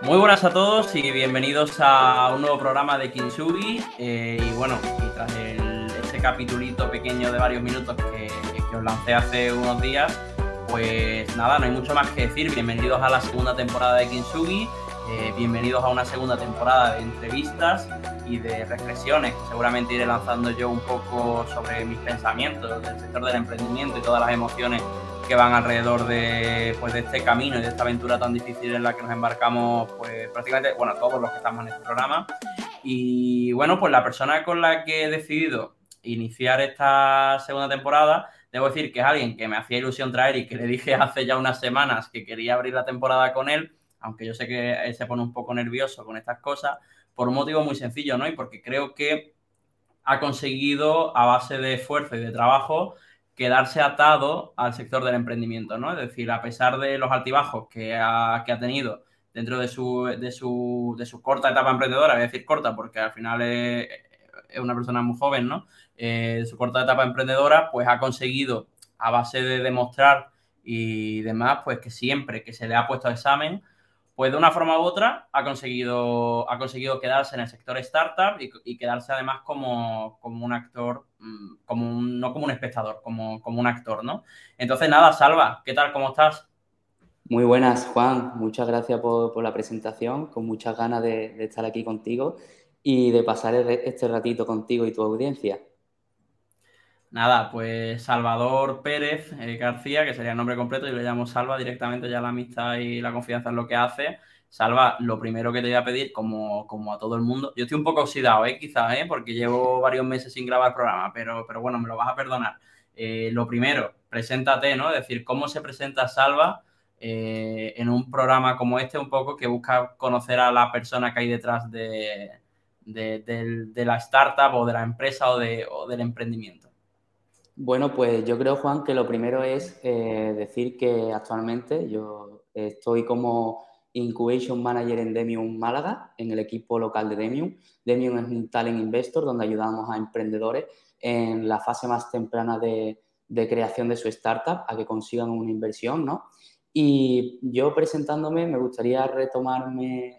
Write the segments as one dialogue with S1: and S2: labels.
S1: Muy buenas a todos y bienvenidos a un nuevo programa de Kintsugi. Y bueno, y tras este capitulito pequeño de varios minutos que os lancé hace unos días, pues nada, no hay mucho más que decir. Bienvenidos a la segunda temporada de Kintsugi, bienvenidos a una segunda temporada de entrevistas y de reflexiones que seguramente iré lanzando yo un poco sobre mis pensamientos del sector del emprendimiento y todas las emociones que van alrededor de este camino y de esta aventura tan difícil en la que nos embarcamos, pues prácticamente, bueno, todos los que estamos en este programa. Y bueno, pues la persona con la que he decidido iniciar esta segunda temporada, debo decir que es alguien que me hacía ilusión traer y que le dije hace ya unas semanas que quería abrir la temporada con él, aunque yo sé que él se pone un poco nervioso con estas cosas, por un motivo muy sencillo, ¿no? Y porque creo que ha conseguido, a base de esfuerzo y de trabajo, quedarse atado al sector del emprendimiento, ¿no? Es decir, a pesar de los altibajos que ha tenido dentro de su corta etapa emprendedora, voy a decir corta porque al final es una persona muy joven, ¿no? De su corta etapa emprendedora, pues ha conseguido, a base de demostrar y demás, pues que siempre que se le ha puesto a examen, pues de una forma u otra ha conseguido quedarse en el sector startup y quedarse además como un actor, no como un espectador, como un actor, ¿no? Entonces, nada, Salva, ¿qué tal? ¿Cómo estás?
S2: Muy buenas, Juan. Muchas gracias por la presentación. Con muchas ganas de estar aquí contigo y de pasar este ratito contigo y tu audiencia.
S1: Nada, pues Salvador Pérez García, que sería el nombre completo, yo le llamo Salva directamente, ya la amistad y la confianza es lo que hace. Salva, lo primero que te voy a pedir, como a todo el mundo, yo estoy un poco oxidado, quizás, porque llevo varios meses sin grabar programa, pero bueno, me lo vas a perdonar. Lo primero, preséntate, ¿no? Es decir, cómo se presenta Salva en un programa como este, un poco que busca conocer a la persona que hay detrás de la startup o de la empresa o del emprendimiento.
S2: Bueno, pues yo creo, Juan, que lo primero es decir que actualmente yo estoy como Incubation Manager en Demium Málaga, en el equipo local de Demium. Demium es un talent investor donde ayudamos a emprendedores en la fase más temprana de creación de su startup a que consigan una inversión, ¿no? Y yo presentándome me gustaría retomarme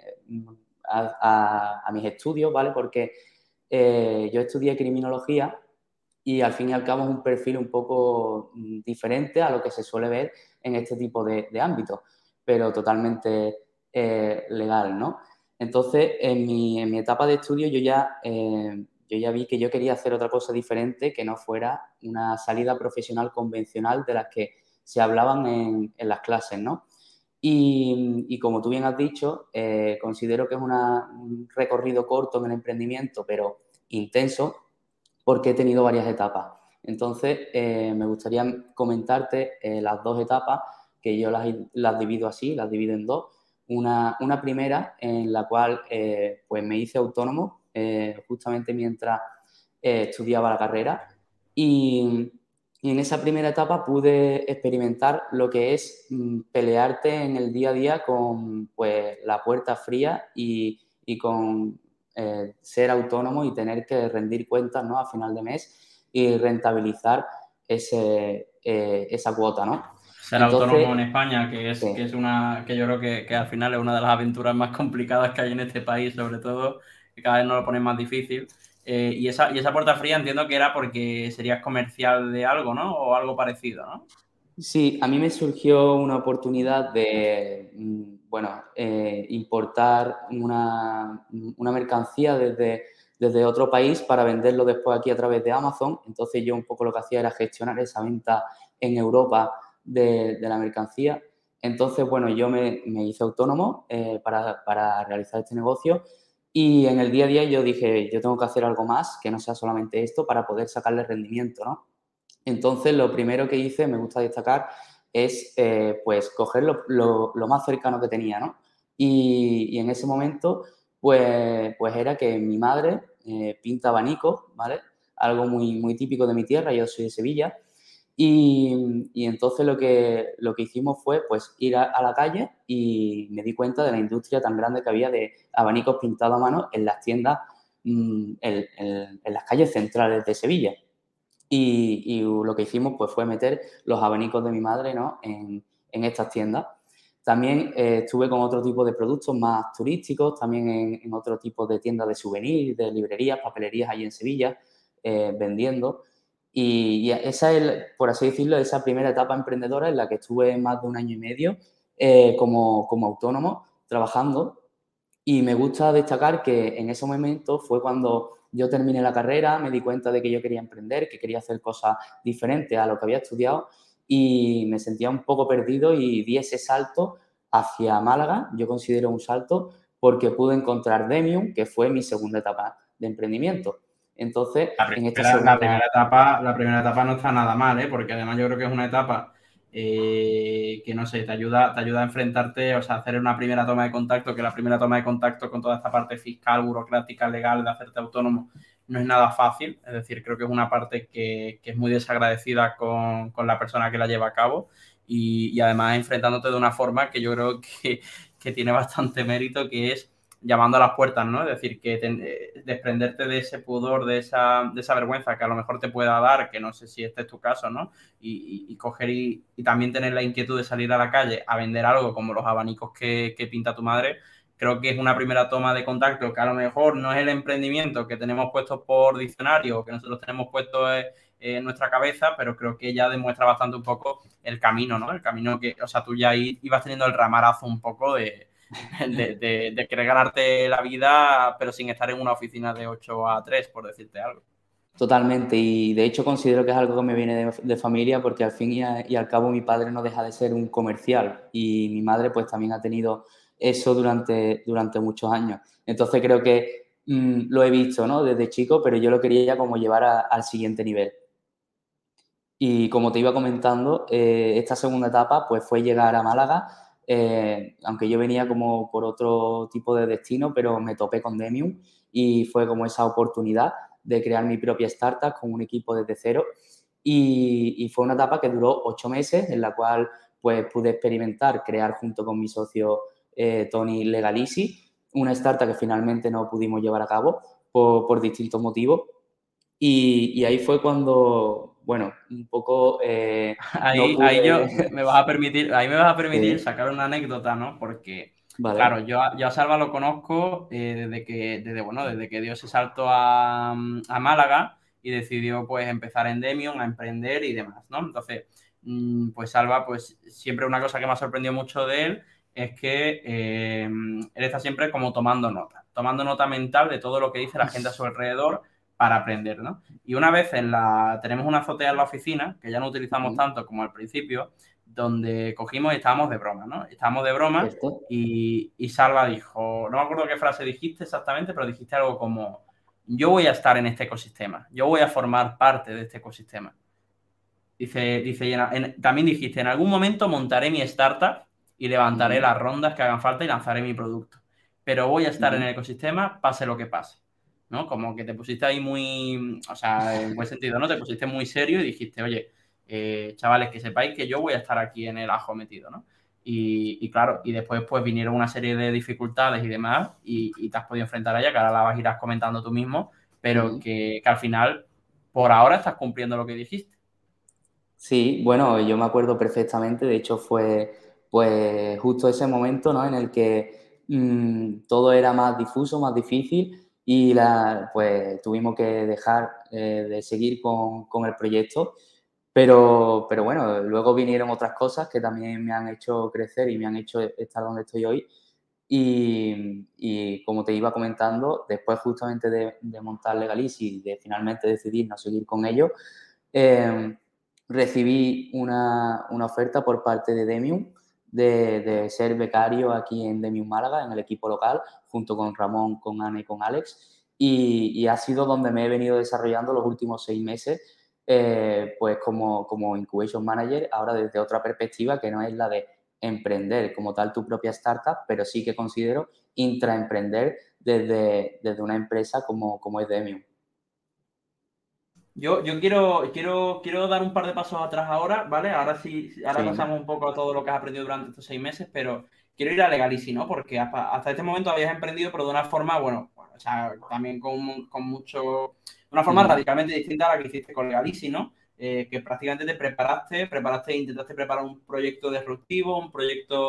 S2: a mis estudios, ¿vale? Porque yo estudié criminología y al fin y al cabo es un perfil un poco diferente a lo que se suele ver en este tipo de ámbitos, pero totalmente legal, ¿no? Entonces, en mi etapa de estudio yo ya vi que yo quería hacer otra cosa diferente que no fuera una salida profesional convencional de las que se hablaban en las clases, ¿no? Y como tú bien has dicho, considero que es un recorrido corto en el emprendimiento, pero intenso, porque he tenido varias etapas. Entonces, me gustaría comentarte las dos etapas, que yo las divido así, las divido en dos. Una primera en la cual pues me hice autónomo justamente mientras estudiaba la carrera y en esa primera etapa pude experimentar lo que es pelearte en el día a día con pues, la puerta fría y con ser autónomo y tener que rendir cuentas, ¿no? A final de mes y rentabilizar esa cuota, ¿no?
S1: Ser
S2: Entonces,
S1: autónomo en España, que es,
S2: sí,
S1: que es una, que yo creo que al final es una de las aventuras más complicadas que hay en este país, sobre todo, que cada vez nos lo ponen más difícil. Y esa puerta fría entiendo que era porque serías comercial de algo, ¿no? O algo parecido, ¿no?
S2: sí, a mí me surgió una oportunidad de, bueno, importar una mercancía desde otro país para venderlo después aquí a través de Amazon. Entonces yo un poco lo que hacía era gestionar esa venta en Europa de la mercancía. Entonces, bueno, yo me hice autónomo para realizar este negocio y en el día a día yo dije, yo tengo que hacer algo más que no sea solamente esto para poder sacarle rendimiento, ¿no? Entonces, lo primero que hice, me gusta destacar, es pues coger lo más cercano que tenía, ¿no? Y en ese momento, pues era que mi madre pinta abanicos, ¿vale? Algo muy típico de mi tierra, yo soy de Sevilla. Y entonces lo que hicimos fue pues ir a la calle y me di cuenta de la industria tan grande que había de abanicos pintados a mano en las tiendas, en las calles centrales de Sevilla. Y lo que hicimos pues fue meter los abanicos de mi madre, ¿no? en estas tiendas. También estuve con otro tipo de productos más turísticos, también en otro tipo de tiendas de souvenirs, de librerías, papelerías allí en Sevilla, vendiendo. Y esa es, por así decirlo, esa primera etapa emprendedora en la que estuve más de un año y medio como autónomo trabajando. Y me gusta destacar que en ese momento fue cuando yo terminé la carrera, me di cuenta de que yo quería emprender, que quería hacer cosas diferentes a lo que había estudiado y me sentía un poco perdido y di ese salto hacia Málaga. Yo considero un salto porque pude encontrar Demium, que fue mi segunda etapa de emprendimiento. Entonces, en esta segunda...
S1: La primera etapa no está nada mal, ¿eh? Porque además yo creo que es una etapa que, no sé, te ayuda a enfrentarte, o sea, hacer una primera toma de contacto, que la primera toma de contacto con toda esta parte fiscal, burocrática, legal, de hacerte autónomo, no es nada fácil. Es decir, creo que es una parte que es muy desagradecida con la persona que la lleva a cabo y además enfrentándote de una forma que yo creo que tiene bastante mérito, que es llamando a las puertas, ¿no? Es decir, que desprenderte de ese pudor, de esa vergüenza que a lo mejor te pueda dar, que no sé si este es tu caso, ¿no? Y coger y también tener la inquietud de salir a la calle a vender algo como los abanicos que pinta tu madre, creo que es una primera toma de contacto que a lo mejor no es el emprendimiento que tenemos puesto por diccionario o que nosotros tenemos puesto en nuestra cabeza, pero creo que ya demuestra bastante un poco el camino, ¿no? El camino que, o sea, tú ya ibas teniendo el ramarazo un poco de querer ganarte la vida, pero sin estar en una oficina de 8 a 3, por decirte algo.
S2: Totalmente, y de hecho considero que es algo que me viene de familia porque al fin y al cabo mi padre no deja de ser un comercial y mi madre pues también ha tenido eso durante muchos años. Entonces creo que lo he visto, ¿no? Desde chico, pero yo lo quería como llevar al siguiente nivel. Y como te iba comentando, esta segunda etapa pues fue llegar a Málaga, aunque yo venía como por otro tipo de destino, pero me topé con Demium y fue como esa oportunidad de crear mi propia startup con un equipo desde cero. Y fue una etapa que duró 8 meses, en la cual pues pude experimentar, crear junto con mi socio Tony Legalisi, una startup que finalmente no pudimos llevar a cabo por distintos motivos. Y ahí fue cuando, bueno, un poco no
S1: Ahí yo
S2: pude...
S1: me vas a permitir, ahí me vas a permitir
S2: Sí,
S1: sacar una anécdota, ¿no? Porque, claro,
S2: vale.
S1: yo a Salva lo conozco desde que dio ese salto a Málaga y decidió pues empezar en Demium, a emprender y demás, ¿no? Entonces, pues Salva, pues siempre una cosa que me ha sorprendido mucho de él es que él está siempre como tomando nota mental de todo lo que dice la gente a su alrededor para aprender, ¿no? Y una vez tenemos una azotea en la oficina, que ya no utilizamos
S2: Ujú,
S1: tanto como al principio, donde cogimos y estábamos de broma, ¿no? Estábamos de broma
S2: ¿cierto?
S1: y Salva dijo, no me acuerdo qué frase dijiste exactamente, pero dijiste algo como, yo voy a estar en este ecosistema, yo voy a formar parte de este ecosistema. Dice también dijiste, en algún momento montaré mi startup y levantaré
S2: Ujú,
S1: las rondas que hagan falta y lanzaré mi producto. Pero voy a estar en
S2: ujú.
S1: el ecosistema, pase lo que pase. ¿No? Como que te pusiste ahí muy, o sea, en buen sentido, ¿no? Te pusiste muy serio y dijiste, oye, chavales, que sepáis que yo voy a estar aquí en el ajo metido, ¿no? Y claro, y después pues vinieron una serie de dificultades y demás y te has podido enfrentar a ella, que ahora la vas a ir comentando tú mismo, pero
S2: Ujú.
S1: que al final, por ahora, estás cumpliendo lo que dijiste.
S2: Sí, bueno, yo me acuerdo perfectamente, de hecho fue pues justo ese momento, ¿no? En el que todo era más difuso, más difícil y pues tuvimos que dejar de seguir con el proyecto, pero bueno, luego vinieron otras cosas que también me han hecho crecer y me han hecho estar donde estoy hoy. Y como te iba comentando, después justamente de montar Legalis y de finalmente decidir no seguir con ello, eh, recibí una oferta por parte de Demium de ser becario aquí en Demium Málaga, en el equipo local, junto con Ramón, con Ana y con Alex. Y ha sido donde me he venido desarrollando los últimos 6 meses, pues como Incubation Manager, ahora desde otra perspectiva que no es la de emprender como tal tu propia startup, pero sí que considero intraemprender desde una empresa como es Demium.
S1: Yo quiero dar un par de pasos atrás ahora, ¿vale? Ahora sí, ahora
S2: Sí.
S1: pasamos un poco a todo lo que has aprendido durante estos 6 meses, pero quiero ir a Legalisi, ¿no? Porque hasta este momento habías emprendido, pero de una forma, bueno, o sea, también con mucho, una forma
S2: Ujú,
S1: radicalmente distinta a la que hiciste con Legalisi, ¿no? Que prácticamente te preparaste e intentaste preparar un proyecto disruptivo, un proyecto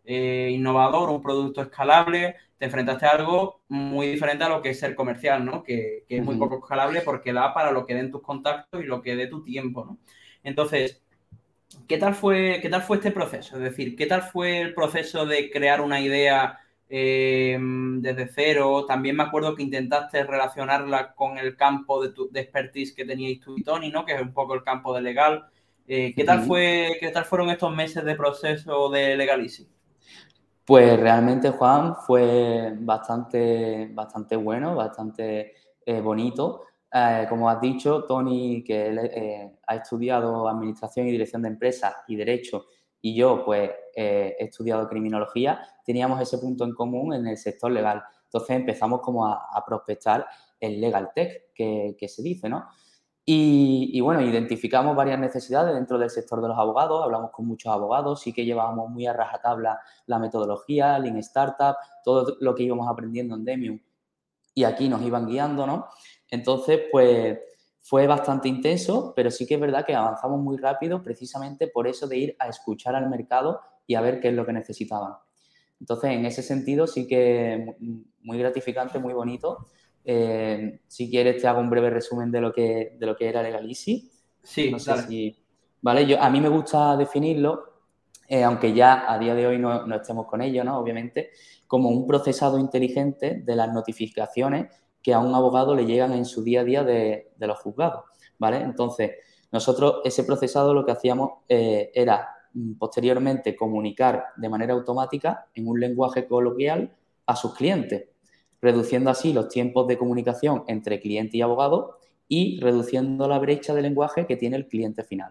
S1: innovador, un producto escalable, te enfrentaste a algo muy diferente a lo que es ser comercial, ¿no? Que es muy poco escalable porque da para lo que den tus contactos y lo que dé tu tiempo, ¿no? Entonces, ¿qué tal fue este proceso? Es decir, ¿qué tal fue el proceso de crear una idea desde cero? También me acuerdo que intentaste relacionarla con el campo de expertise que teníais tú y Tony, ¿no? Que es un poco el campo de legal. ¿Qué tal fueron estos meses de proceso de Legalizy?
S2: Pues realmente, Juan, fue bastante bueno, bastante bonito. Como has dicho, Tony, que él ha estudiado Administración y Dirección de Empresas y Derecho, y yo, pues, he estudiado Criminología, teníamos ese punto en común en el sector legal. Entonces empezamos como a prospectar el Legal Tech, que se dice, ¿no? Y bueno, identificamos varias necesidades dentro del sector de los abogados, hablamos con muchos abogados, sí que llevábamos muy a rajatabla la metodología, Lean Startup, todo lo que íbamos aprendiendo en Demium y aquí nos iban guiando, ¿no? Entonces, pues fue bastante intenso, pero sí que es verdad que avanzamos muy rápido precisamente por eso de ir a escuchar al mercado y a ver qué es lo que necesitaban. Entonces, en ese sentido sí que muy gratificante, muy bonito. Si quieres te hago un breve resumen de lo que era Legalizy. No
S1: Sí,
S2: sé
S1: dale.
S2: si... Vale, a mí me gusta definirlo, aunque ya a día de hoy no estemos con ello, ¿no? Obviamente, como un procesado inteligente de las notificaciones que a un abogado le llegan en su día a día de los juzgados, ¿vale? Entonces, nosotros ese procesado lo que hacíamos era posteriormente comunicar de manera automática en un lenguaje coloquial a sus clientes, reduciendo así los tiempos de comunicación entre cliente y abogado y reduciendo la brecha de lenguaje que tiene el cliente final.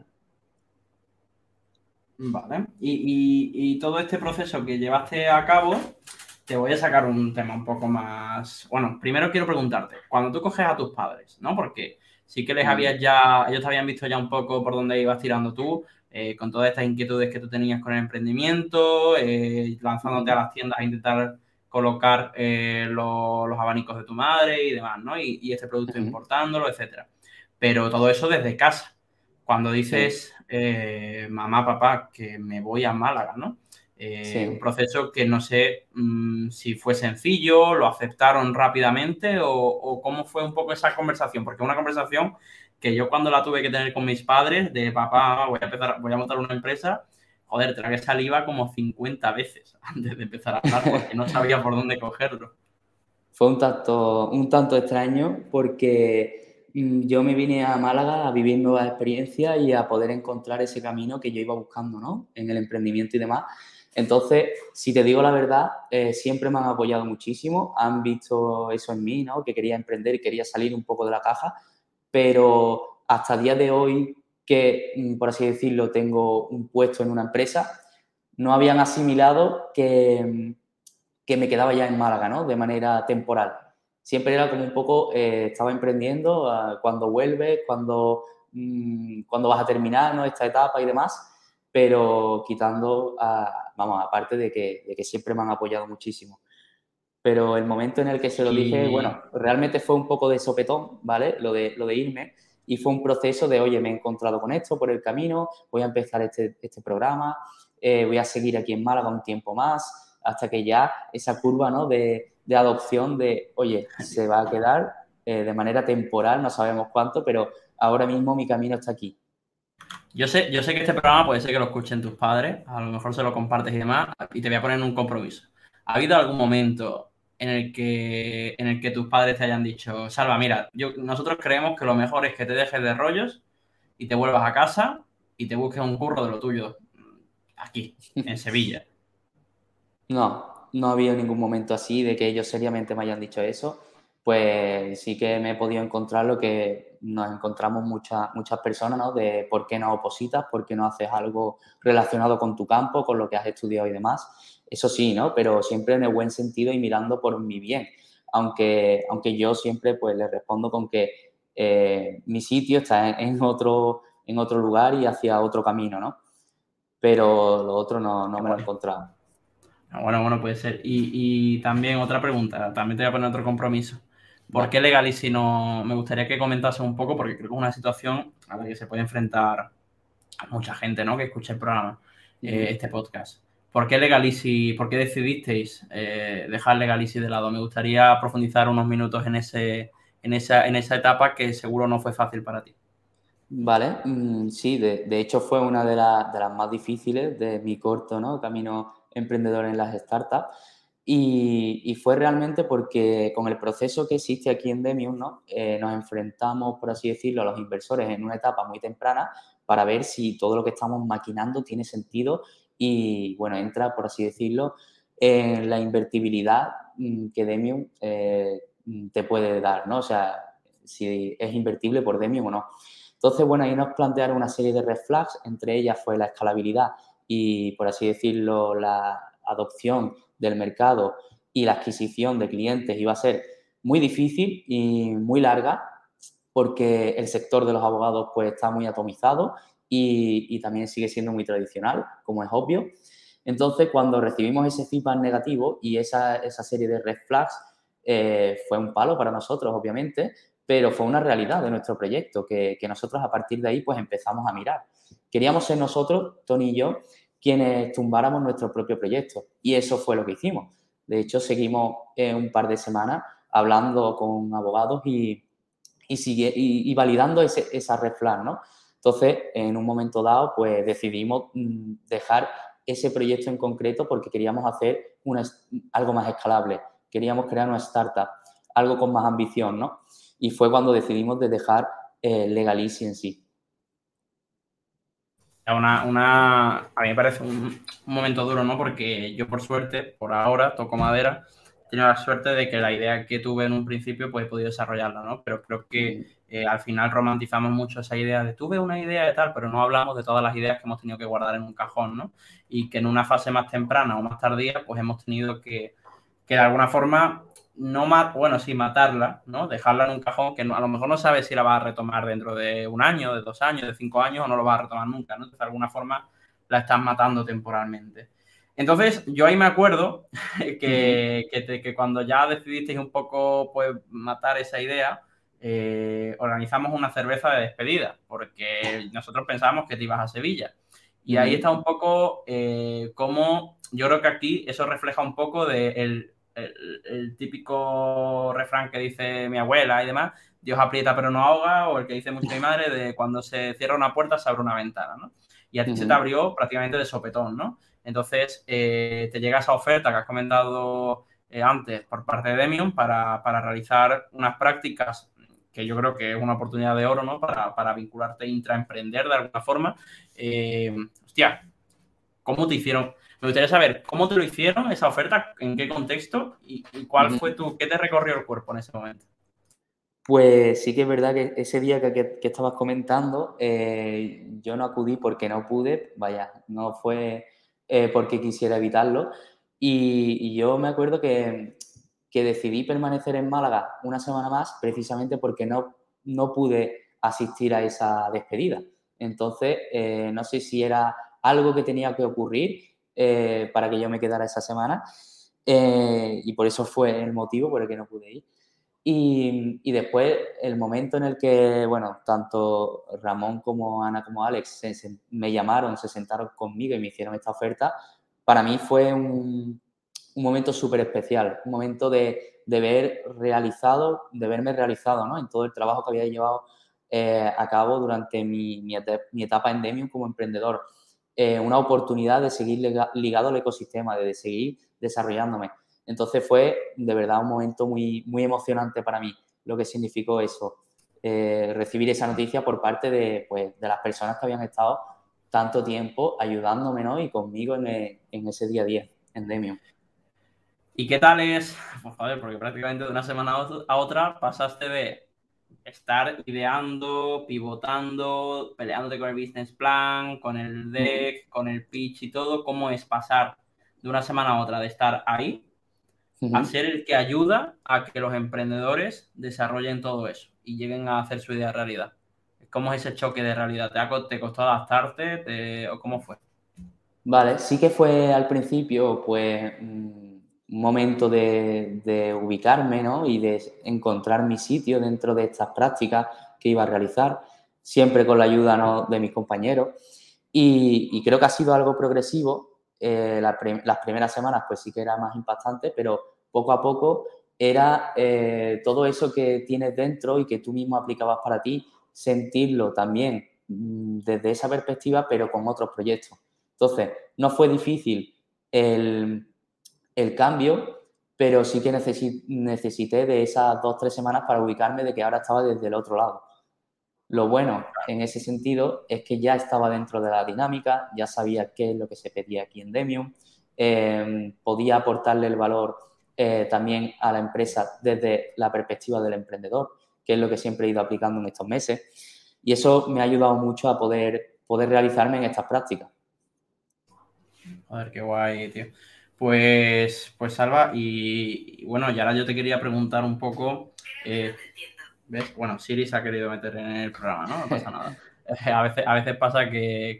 S1: Vale. Y todo este proceso que llevaste a cabo, te voy a sacar un tema un poco más... Bueno, primero quiero preguntarte, cuando tú coges a tus padres, ¿no? Porque sí que ellos te habían visto ya un poco por dónde ibas tirando tú, con todas estas inquietudes que tú tenías con el emprendimiento, lanzándote a las tiendas a intentar colocar los abanicos de tu madre y demás, ¿no? Y este producto importándolo, etcétera. Pero todo eso desde casa. Cuando
S2: Sí,
S1: dices, mamá, papá, que me voy a Málaga, ¿no? Un
S2: sí.
S1: proceso que no sé si fue sencillo, lo aceptaron rápidamente o cómo fue un poco esa conversación, porque una conversación que yo cuando la tuve que tener con mis padres, de papá, voy a montar una empresa, joder, tragué saliva como 50 veces antes de empezar a hablar porque no sabía por dónde cogerlo.
S2: Fue un tanto extraño porque yo me vine a Málaga a vivir nuevas experiencias y a poder encontrar ese camino que yo iba buscando, ¿no? En el emprendimiento y demás. Entonces, si te digo la verdad, siempre me han apoyado muchísimo, han visto eso en mí, ¿no? Que quería emprender y quería salir un poco de la caja, pero hasta el día de hoy que, por así decirlo, tengo un puesto en una empresa, no habían asimilado que me quedaba ya en Málaga, ¿no? De manera temporal. Siempre era como un poco, estaba emprendiendo, cuando vuelves, cuando vas a terminar, ¿no? Esta etapa y demás, pero quitando, vamos, aparte de que siempre me han apoyado muchísimo. Pero el momento en el que se lo dije,
S1: Y
S2: bueno, realmente fue un poco de sopetón, ¿vale? Lo de irme. Y fue un proceso de, oye, me he encontrado con esto por el camino, voy a empezar este programa, voy a seguir aquí en Málaga un tiempo más, hasta que ya esa curva, ¿no? De adopción de, oye, se va a quedar de manera temporal, no sabemos cuánto, pero ahora mismo mi camino está aquí.
S1: yo sé que este programa puede ser que lo escuchen tus padres, a lo mejor se lo compartes y demás, y te voy a poner en un compromiso. ¿Ha habido algún momento en el que tus padres te hayan dicho, Salva, mira, nosotros creemos que lo mejor es que te dejes de rollos y te vuelvas a casa y te busques un curro de lo tuyo aquí, en Sevilla?
S2: No ha habido ningún momento así de que ellos seriamente me hayan dicho eso. Pues sí que me he podido encontrar lo que nos encontramos muchas personas, ¿no? De por qué no opositas, por qué no haces algo relacionado con tu campo, con lo que has estudiado y demás. Eso sí, ¿no? Pero siempre en el buen sentido y mirando por mi bien. Aunque yo siempre pues les respondo con que mi sitio está en otro lugar y hacia otro camino, ¿no? Pero lo otro no
S1: Qué
S2: me lo he
S1: guay.
S2: encontrado.
S1: Bueno, puede ser. Y también otra pregunta, también te voy a poner otro compromiso. ¿Por
S2: Vale.
S1: qué legal y si no? Me gustaría que comentase un poco, porque creo que es una situación a la que se puede enfrentar mucha gente, ¿no? Que escucha el programa,
S2: Ujú.
S1: este podcast. ¿Por qué Legalisi, por qué decidisteis dejar Legalisi de lado? Me gustaría profundizar unos minutos en esa etapa que seguro no fue fácil para ti.
S2: Vale, sí, de hecho fue una de las más difíciles de mi corto, ¿no? Camino emprendedor en las startups. Y fue realmente porque con el proceso que existe aquí en Demium, ¿no? Nos enfrentamos, por así decirlo, a los inversores en una etapa muy temprana para ver si todo lo que estamos maquinando tiene sentido y, bueno, entra, por así decirlo, en la invertibilidad que Demium te puede dar, ¿no? O sea, si es invertible por Demium o no. Entonces, bueno, ahí nos plantearon una serie de red flags, entre ellas fue la escalabilidad y, por así decirlo, la adopción del mercado y la adquisición de clientes iba a ser muy difícil y muy larga porque el sector de los abogados pues está muy atomizado y también sigue siendo muy tradicional, como es obvio. Entonces, cuando recibimos ese feedback negativo y esa serie de red flags, fue un palo para nosotros, obviamente, pero fue una realidad de nuestro proyecto que nosotros a partir de ahí pues empezamos a mirar. Queríamos ser nosotros, Tony y yo, quienes tumbáramos nuestro propio proyecto y eso fue lo que hicimos. De hecho, seguimos un par de semanas hablando con abogados y validando esa red flag, ¿no? Entonces, en un momento dado, pues decidimos dejar ese proyecto en concreto porque queríamos hacer algo más escalable, queríamos crear una startup, algo con más ambición, ¿no? Y fue cuando decidimos de dejar Legalisi en sí.
S1: A mí me parece un momento duro, ¿no? Porque yo, por suerte, por ahora, toco madera, he tenido la suerte de que la idea que tuve en un principio, pues he podido desarrollarla, ¿no? Pero creo que al final romantizamos mucho esa idea de tuve una idea de tal, pero no hablamos de todas las ideas que hemos tenido que guardar en un cajón, ¿no? Y que en una fase más temprana o más tardía, pues hemos tenido que de alguna forma no bueno, sí, matarla, ¿no? Dejarla en un cajón que a lo mejor no sabes si la vas a retomar dentro de un año, de 2 años, de 5 años o no lo vas a retomar nunca, ¿no? Entonces, de alguna forma la estás matando temporalmente. Entonces, yo ahí me acuerdo que cuando ya decidisteis un poco pues matar esa idea, organizamos una cerveza de despedida, porque nosotros pensábamos que te ibas a Sevilla. Y ahí está un poco cómo yo creo que aquí eso refleja un poco de el típico refrán que dice mi abuela y demás, Dios aprieta pero no ahoga, o el que dice mucho mi madre de cuando se cierra una puerta se abre una ventana, ¿no? Y a ti se te abrió prácticamente de sopetón, ¿no? Entonces te llega esa oferta que has comentado antes por parte de Demium para realizar unas prácticas que yo creo que es una oportunidad de oro, ¿no? Para vincularte e intraemprender de alguna forma. Hostia, ¿cómo te hicieron? Me gustaría saber cómo te lo hicieron, esa oferta, en qué contexto y cuál fue qué te recorrió el cuerpo en ese momento.
S2: Pues sí que es verdad que ese día que estabas comentando, yo no acudí porque no pude, vaya, no fue porque quisiera evitarlo. Y yo me acuerdo que decidí permanecer en Málaga una semana más precisamente porque no pude asistir a esa despedida. Entonces, no sé si era algo que tenía que ocurrir para que yo me quedara esa semana y por eso fue el motivo por el que no pude ir. Y después, el momento en el que, bueno, tanto Ramón como Ana como Alex me llamaron, se sentaron conmigo y me hicieron esta oferta, para mí fue un momento súper especial, un momento de verme realizado, ¿no? En todo el trabajo que había llevado a cabo durante mi etapa en Demium como emprendedor. Una oportunidad de seguir ligado al ecosistema, de seguir desarrollándome. Entonces fue de verdad un momento muy, muy emocionante para mí, lo que significó eso, recibir esa noticia por parte pues, de las personas que habían estado tanto tiempo ayudándome, ¿no? Y conmigo en ese día a día, en Demium.
S1: ¿Y qué tal es? Pues joder, porque prácticamente de una semana a otra pasaste de estar ideando, pivotando, peleándote con el business plan, con el deck, con el pitch y todo. ¿Cómo es pasar de una semana a otra de estar ahí a ser el que ayuda a que los emprendedores desarrollen todo eso y lleguen a hacer su idea realidad? ¿Cómo es ese choque de realidad? ¿Te costó adaptarte? ¿O cómo fue?
S2: Vale, sí que fue al principio, pues, un momento de ubicarme, ¿no? Y de encontrar mi sitio dentro de estas prácticas que iba a realizar, siempre con la ayuda, ¿no? de mis compañeros. Y creo que ha sido algo progresivo las primeras semanas pues sí que era más impactante, pero poco a poco era todo eso que tienes dentro y que tú mismo aplicabas para ti, sentirlo también desde esa perspectiva, pero con otros proyectos. Entonces, no fue difícil el, el cambio, pero sí que necesité de esas 2 o 3 semanas para ubicarme de que ahora estaba desde el otro lado. Lo bueno en ese sentido es que ya estaba dentro de la dinámica, ya sabía qué es lo que se pedía aquí en Demium, podía aportarle el valor también a la empresa desde la perspectiva del emprendedor, que es lo que siempre he ido aplicando en estos meses. Y eso me ha ayudado mucho a poder realizarme en estas prácticas.
S1: Joder, qué guay, tío. Pues Salva, y bueno, y ahora yo te quería preguntar un poco, ¿ves? Bueno, Siri se ha querido meter en el programa, ¿no? No pasa nada. A veces pasa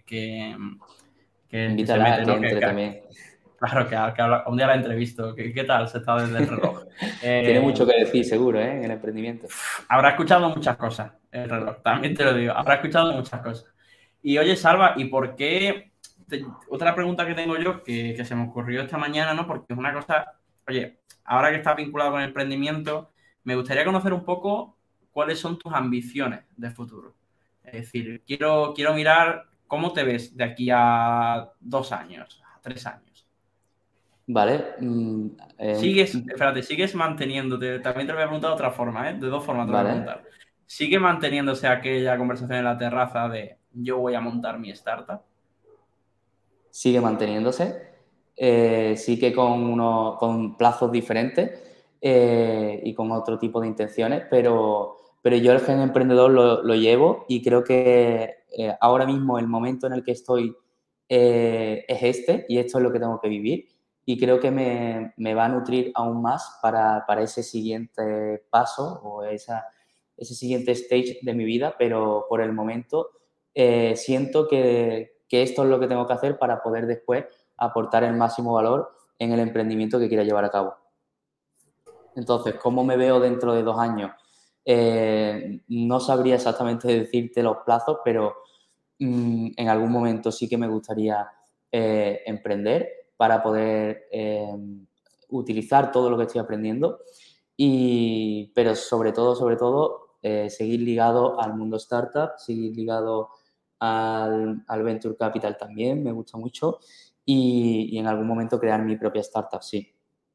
S1: que se
S2: Invítala a
S1: mete,
S2: que
S1: ¿no?
S2: entre también.
S1: Claro, que un día la entrevisto. ¿Qué tal se está desde el reloj?
S2: Tiene
S1: Eh,
S2: mucho que decir, seguro, en el emprendimiento.
S1: Habrá escuchado muchas cosas, el reloj, también te lo digo. Habrá escuchado muchas cosas. Y oye, Salva, ¿y por qué? Otra pregunta que tengo yo, que se me ocurrió esta mañana, ¿no? Porque es una cosa, oye, ahora que estás vinculado con el emprendimiento, me gustaría conocer un poco cuáles son tus ambiciones de futuro. Es decir, quiero mirar cómo te ves de aquí a 2 años, a 3 años.
S2: Vale.
S1: ¿Sigues manteniéndote? También te lo voy a preguntar de otra forma, ¿eh? De dos formas te lo voy a
S2: Vale.
S1: preguntar. ¿Sigue manteniéndose aquella conversación en la terraza de yo voy a montar mi startup?
S2: Sigue manteniéndose, sí que con plazos diferentes y con otro tipo de intenciones, pero yo el gen emprendedor lo llevo y creo que ahora mismo el momento en el que estoy es este y esto es lo que tengo que vivir y creo que me va a nutrir aún más para ese siguiente paso o ese siguiente stage de mi vida, pero por el momento siento que esto es lo que tengo que hacer para poder después aportar el máximo valor en el emprendimiento que quiera llevar a cabo. Entonces, ¿cómo me veo dentro de 2 años? No sabría exactamente decirte los plazos, pero en algún momento sí que me gustaría emprender para poder utilizar todo lo que estoy aprendiendo, pero sobre todo, seguir ligado al mundo startup, seguir ligado al Venture Capital también, me gusta mucho, y en algún momento crear mi propia startup, sí.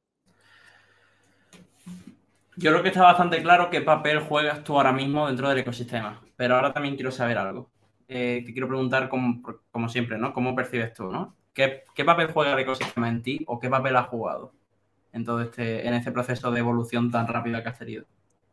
S1: Yo creo que está bastante claro qué papel juegas tú ahora mismo dentro del ecosistema, pero ahora también quiero saber algo. Te quiero preguntar, como siempre, ¿no? ¿Cómo percibes tú, ¿no? ¿Qué papel juega el ecosistema en ti o qué papel has jugado en este proceso de evolución tan rápida que has tenido?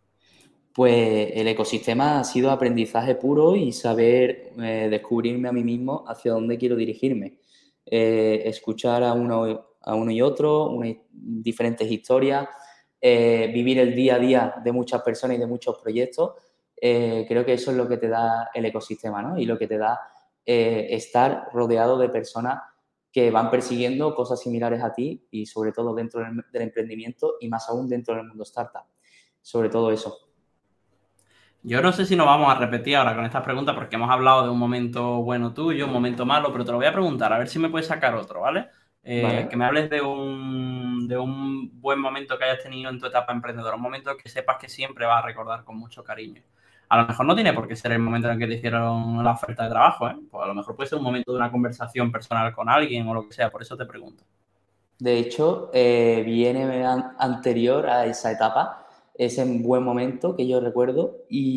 S2: Pues el ecosistema ha sido aprendizaje puro y saber descubrirme a mí mismo hacia dónde quiero dirigirme. Escuchar a uno y otro, diferentes historias, vivir el día a día de muchas personas y de muchos proyectos. Creo que eso es lo que te da el ecosistema, ¿no? Y lo que te da estar rodeado de personas que van persiguiendo cosas similares a ti y sobre todo dentro del emprendimiento y más aún dentro del mundo startup. Sobre todo eso.
S1: Yo no sé si nos vamos a repetir ahora con estas preguntas porque hemos hablado de un momento bueno tuyo, un momento malo, pero te lo voy a preguntar, a ver si me puedes sacar otro, ¿vale? Que
S2: Vale.
S1: me hables de un buen momento que hayas tenido en tu etapa emprendedora, un momento que sepas que siempre vas a recordar con mucho cariño. A lo mejor no tiene por qué ser el momento en el que te hicieron la oferta de trabajo, ¿eh? Pues a lo mejor puede ser un momento de una conversación personal con alguien o lo que sea, por eso te pregunto.
S2: De hecho, viene anterior a esa etapa, ese buen momento que yo recuerdo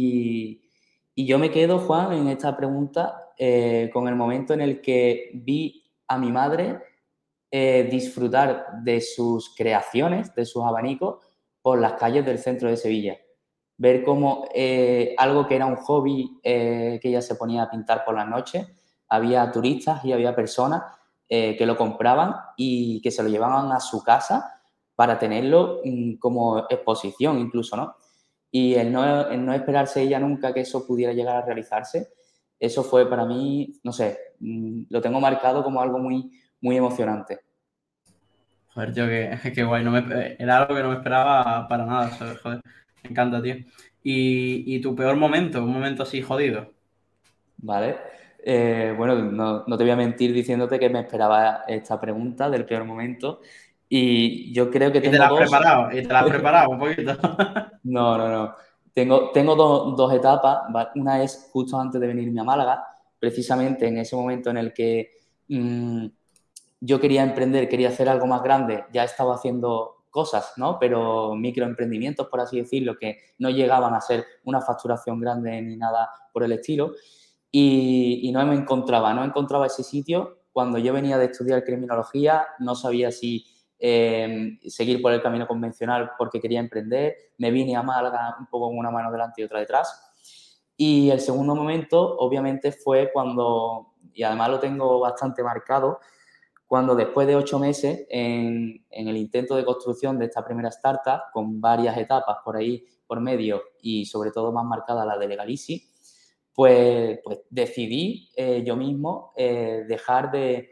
S2: y yo me quedo, Juan, en esta pregunta con el momento en el que vi a mi madre disfrutar de sus creaciones, de sus abanicos, por las calles del centro de Sevilla. Ver cómo algo que era un hobby que ella se ponía a pintar por las noches, había turistas y había personas que lo compraban y que se lo llevaban a su casa para tenerlo como exposición incluso, ¿no? Y el no esperarse ella nunca que eso pudiera llegar a realizarse, eso fue para mí, no sé, lo tengo marcado como algo muy, muy emocionante.
S1: Joder, tío, qué guay. Era algo que no me esperaba para nada, ¿sabes? Joder, me encanta, tío. ¿Y tu peor momento? Un momento así jodido.
S2: ¿Vale? Bueno, no te voy a mentir diciéndote que me esperaba esta pregunta del peor momento y yo creo que
S1: Y te
S2: tengo
S1: la has
S2: dos.
S1: preparado, y te la has preparado un poquito.
S2: No. Tengo dos etapas. Una es justo antes de venirme a Málaga, precisamente en ese momento en el que mmm, yo quería emprender, quería hacer algo más grande, ya estaba haciendo cosas, ¿no? Pero microemprendimientos, por así decirlo, que no llegaban a ser una facturación grande ni nada por el estilo. Y no encontraba ese sitio. Cuando yo venía de estudiar criminología, no sabía si seguir por el camino convencional porque quería emprender. Me vine a Málaga un poco con una mano delante y otra detrás. Y el segundo momento, obviamente, fue cuando, y además lo tengo bastante marcado, cuando después de 8 meses en el intento de construcción de esta primera startup, con varias etapas por ahí por medio y sobre todo más marcada la de Legalici, pues decidí yo mismo dejar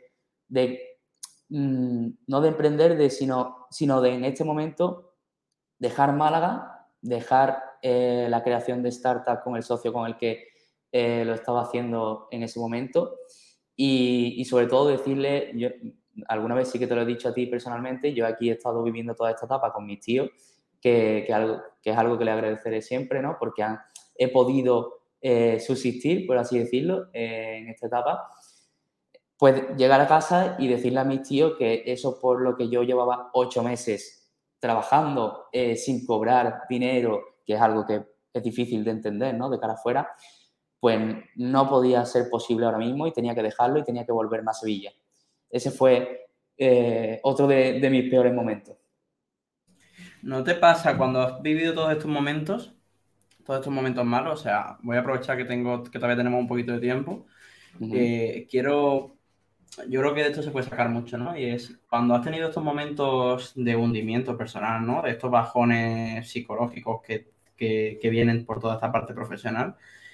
S2: no de emprender, sino de en este momento dejar Málaga, dejar la creación de startup con el socio con el que lo estaba haciendo en ese momento y sobre todo decirle, yo alguna vez sí que te lo he dicho a ti personalmente, yo aquí he estado viviendo toda esta etapa con mis tíos, que es algo que le agradeceré siempre, ¿no? Porque he podido subsistir, por así decirlo, en esta etapa. Pues llegar a casa y decirle a mis tíos que eso por lo que yo llevaba 8 meses trabajando sin cobrar dinero, que es algo que es difícil de entender, ¿no? De cara afuera, pues no podía ser posible ahora mismo y tenía que dejarlo y tenía que volverme a Sevilla. Ese fue otro de mis peores momentos.
S1: ¿No te pasa cuando has vivido todos estos momentos malos? O sea, voy a aprovechar que todavía tenemos un poquito de tiempo.
S2: Uh-huh.
S1: Yo creo que de esto se puede sacar mucho, ¿no? Y es cuando has tenido estos momentos de hundimiento personal, ¿no? De estos bajones psicológicos que vienen por toda esta parte profesional.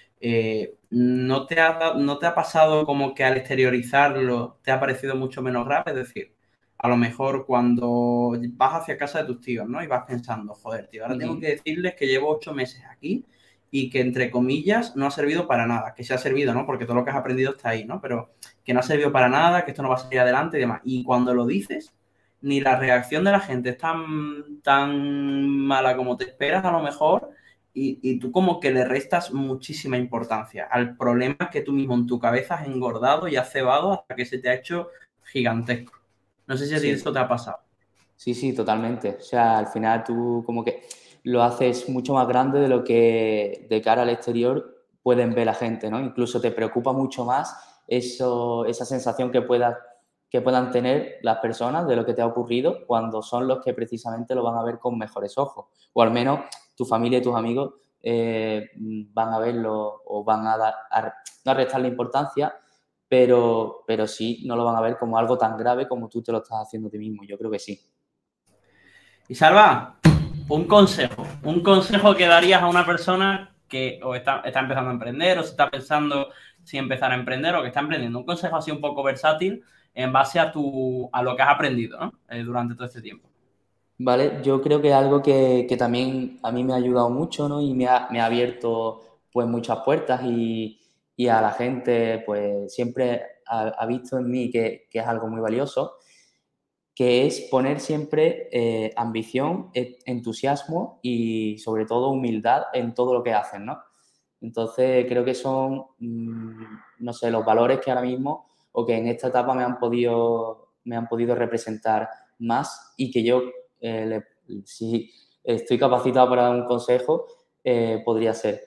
S1: ¿No te ha pasado como que al exteriorizarlo te ha parecido mucho menos grave? Es decir, a lo mejor cuando vas hacia casa de tus tíos, ¿no? Y vas pensando, joder, tío, ahora tengo
S2: Uh-huh.
S1: que decirles que llevo 8 meses aquí y que, entre comillas, no ha servido para nada. Que sí ha servido, ¿no? Porque todo lo que has aprendido está ahí, ¿no? Pero que no ha servido para nada, que esto no va a salir adelante y demás. Y cuando lo dices, ni la reacción de la gente es tan mala como te esperas, a lo mejor, y tú como que le restas muchísima importancia al problema que tú mismo en tu cabeza has engordado y has cebado hasta que se te ha hecho gigantesco. No sé si a ti
S2: Sí.
S1: eso te ha pasado.
S2: Sí, totalmente. O sea, al final tú como que lo haces mucho más grande de lo que de cara al exterior pueden ver la gente, ¿no? Incluso te preocupa mucho más esa sensación que puedan tener las personas de lo que te ha ocurrido cuando son los que precisamente lo van a ver con mejores ojos. O al menos tu familia y tus amigos van a verlo o van no a restarle importancia, pero sí no lo van a ver como algo tan grave como tú te lo estás haciendo a ti mismo. Yo creo que sí.
S1: Y Salva, un consejo que darías a una persona que o está empezando a emprender o se está pensando si empezar a emprender o que está emprendiendo. Un consejo así un poco versátil en base a lo que has aprendido, ¿no? Durante todo este tiempo.
S2: Vale, yo creo que algo que también a mí me ha ayudado mucho, ¿no? Y me ha abierto pues muchas puertas y a la gente pues siempre ha visto en mí que es algo muy valioso, que es poner siempre ambición, entusiasmo y sobre todo humildad en todo lo que hacen, ¿no? Entonces creo que son, no sé, los valores que ahora mismo o que en esta etapa me han podido representar más y que yo, si estoy capacitado para dar un consejo, podría ser.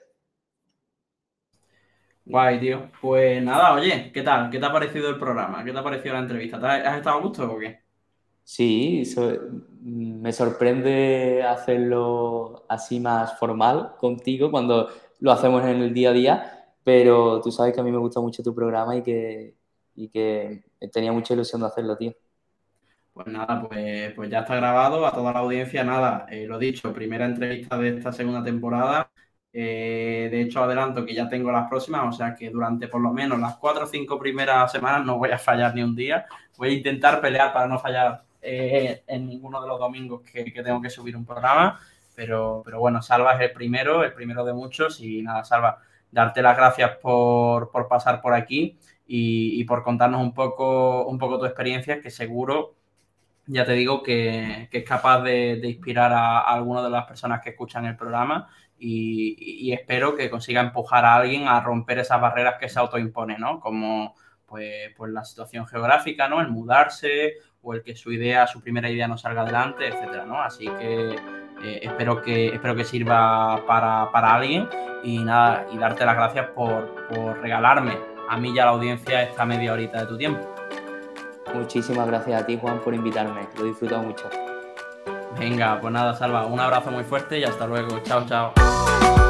S1: Guay, tío. Pues nada, oye, ¿qué tal? ¿Qué te ha parecido el programa? ¿Qué te ha parecido la entrevista? ¿Has estado a gusto o qué?
S2: Sí, me sorprende hacerlo así más formal contigo cuando lo hacemos en el día a día, pero tú sabes que a mí me gusta mucho tu programa y que tenía mucha ilusión de hacerlo, tío.
S1: Pues nada, pues ya está grabado a toda la audiencia. Nada, lo dicho, primera entrevista de esta segunda temporada. De hecho, adelanto que ya tengo las próximas, o sea que durante por lo menos las 4 o 5 primeras semanas no voy a fallar ni un día. Voy a intentar pelear para no fallar en ninguno de los domingos que tengo que subir un programa. Pero bueno, Salva es el primero de muchos. Y nada, Salva, darte las gracias por pasar por aquí y por contarnos un poco tu experiencia, que seguro, ya te digo, que es capaz de inspirar a alguna de las personas que escuchan el programa y espero que consiga empujar a alguien a romper esas barreras que se autoimpone, ¿no? Como pues la situación geográfica, ¿no? El mudarse o el que su primera idea no salga adelante, etcétera, ¿no? Así que espero que sirva para alguien y nada, y darte las gracias por regalarme a mí y a la audiencia esta media horita de tu tiempo.
S2: Muchísimas gracias a ti, Juan, por invitarme. Lo he disfrutado mucho.
S1: Venga, pues nada, Salva, un abrazo muy fuerte y hasta luego. Chao, chao.